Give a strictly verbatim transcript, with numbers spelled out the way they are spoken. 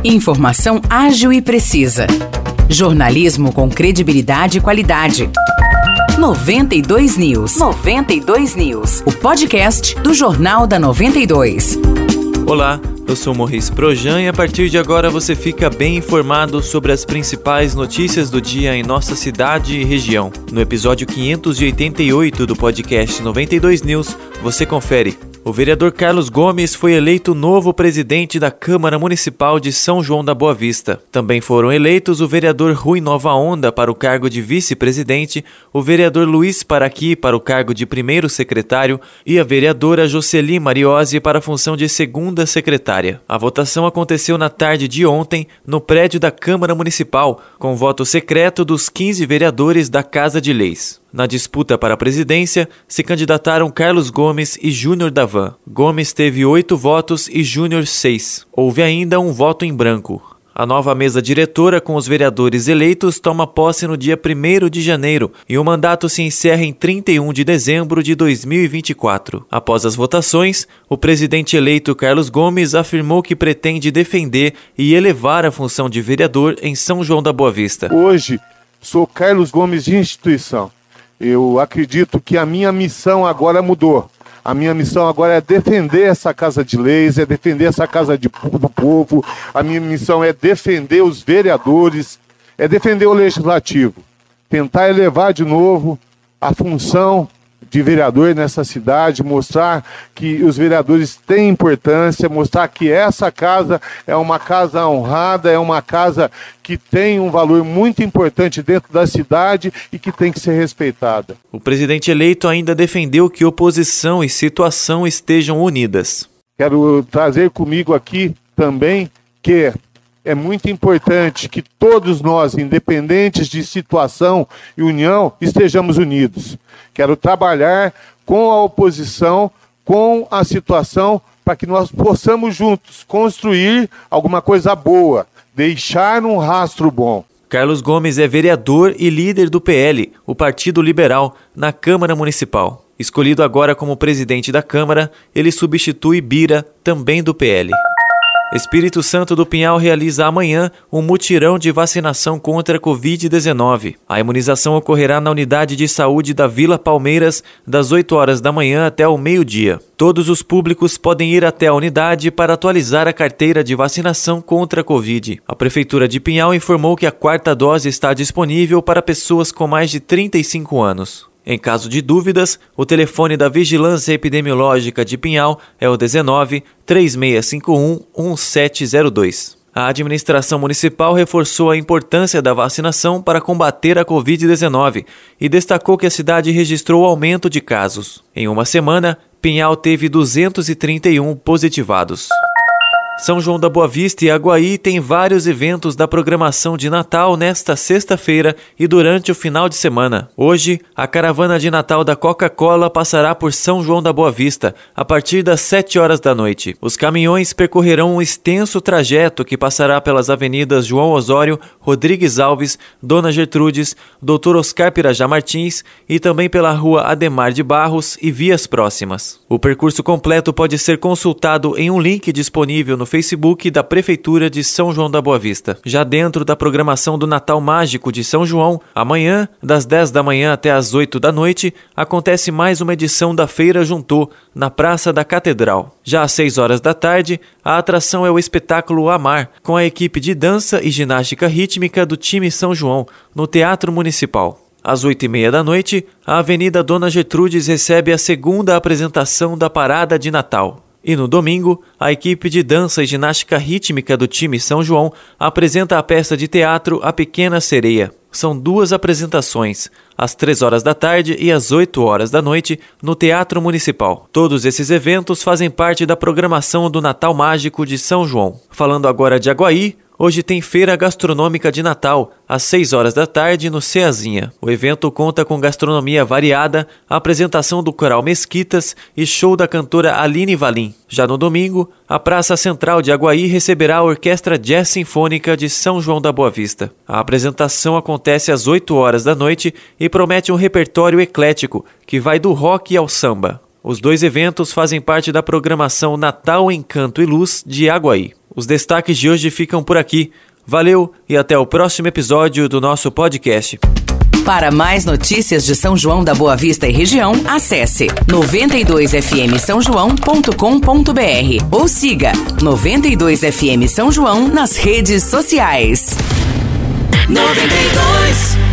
Informação ágil e precisa. Jornalismo com credibilidade e qualidade. noventa e dois News. noventa e dois News. O podcast do Jornal da noventa e dois. Olá, eu sou Morris Projan e a partir de agora você fica bem informado sobre as principais notícias do dia em nossa cidade e região. No episódio quinhentos e oitenta e oito do podcast noventa e dois News, você confere. O vereador Carlos Gomes foi eleito novo presidente da Câmara Municipal de São João da Boa Vista. Também foram eleitos o vereador Rui Nova Onda para o cargo de vice-presidente, o vereador Luiz Paraqui para o cargo de primeiro secretário e a vereadora Jocely Mariose para a função de segunda secretária. A votação aconteceu na tarde de ontem no prédio da Câmara Municipal, com voto secreto dos quinze vereadores da Casa de Leis. Na disputa para a presidência, se candidataram Carlos Gomes e Júnior Davan. Gomes teve oito votos e Júnior seis. Houve ainda um voto em branco. A nova mesa diretora com os vereadores eleitos toma posse no dia primeiro de janeiro e o mandato se encerra em trinta e um de dezembro de dois mil e vinte e quatro. Após as votações, o presidente eleito Carlos Gomes afirmou que pretende defender e elevar a função de vereador em São João da Boa Vista. Hoje, sou Carlos Gomes de instituição. Eu acredito que a minha missão agora mudou. A minha missão agora é defender essa Casa de Leis, é defender essa Casa de, do Povo. A minha missão é defender os vereadores, é defender o Legislativo. Tentar elevar de novo a função de vereador nessa cidade, mostrar que os vereadores têm importância, mostrar que essa casa é uma casa honrada, é uma casa que tem um valor muito importante dentro da cidade e que tem que ser respeitada. O presidente eleito ainda defendeu que oposição e situação estejam unidas. Quero trazer comigo aqui também que é muito importante que todos nós, independentes de situação e união, estejamos unidos. Quero trabalhar com a oposição, com a situação, para que nós possamos juntos construir alguma coisa boa, deixar um rastro bom. Carlos Gomes é vereador e líder do P L, o Partido Liberal, na Câmara Municipal. Escolhido agora como presidente da Câmara, ele substitui Bira, também do P L. Espírito Santo do Pinhal realiza amanhã um mutirão de vacinação contra a covid dezenove. A imunização ocorrerá na unidade de saúde da Vila Palmeiras, das oito horas da manhã até o meio-dia. Todos os públicos podem ir até a unidade para atualizar a carteira de vacinação contra a Covid. A Prefeitura de Pinhal informou que a quarta dose está disponível para pessoas com mais de trinta e cinco anos. Em caso de dúvidas, o telefone da Vigilância Epidemiológica de Pinhal é o dezenove, três seis cinco um, um sete zero dois. A administração municipal reforçou a importância da vacinação para combater a covid dezenove e destacou que a cidade registrou aumento de casos. Em uma semana, Pinhal teve duzentos e trinta e um positivados. São João da Boa Vista e Aguaí têm vários eventos da programação de Natal nesta sexta-feira e durante o final de semana. Hoje, a caravana de Natal da Coca-Cola passará por São João da Boa Vista a partir das sete horas da noite. Os caminhões percorrerão um extenso trajeto que passará pelas avenidas João Osório, Rodrigues Alves, Dona Gertrudes, doutor Oscar Pirajá Martins e também pela rua Ademar de Barros e vias próximas. O percurso completo pode ser consultado em um link disponível no no Facebook da Prefeitura de São João da Boa Vista. Já dentro da programação do Natal Mágico de São João, amanhã, das dez da manhã até as oito da noite, acontece mais uma edição da Feira Juntô, na Praça da Catedral. Já às seis horas da tarde, a atração é o espetáculo Amar, com a equipe de dança e ginástica rítmica do time São João, no Teatro Municipal. Às oito e meia da noite, a Avenida Dona Gertrudes recebe a segunda apresentação da Parada de Natal. E no domingo, a equipe de dança e ginástica rítmica do time São João apresenta a peça de teatro A Pequena Sereia. São duas apresentações, às três horas da tarde e às oito horas da noite, no Teatro Municipal. Todos esses eventos fazem parte da programação do Natal Mágico de São João. Falando agora de Aguaí, hoje tem Feira Gastronômica de Natal, às seis horas da tarde, no Ceazinha. O evento conta com gastronomia variada, apresentação do coral Mesquitas e show da cantora Aline Valim. Já no domingo, a Praça Central de Aguaí receberá a Orquestra Jazz Sinfônica de São João da Boa Vista. A apresentação acontece às oito horas da noite e promete um repertório eclético, que vai do rock ao samba. Os dois eventos fazem parte da programação Natal em Canto e Luz de Aguaí. Os destaques de hoje ficam por aqui. Valeu e até o próximo episódio do nosso podcast. Para mais notícias de São João da Boa Vista e região, acesse noventa e dois f m são joão ponto com ponto b r ou siga noventa e dois F M São João nas redes sociais. noventa e dois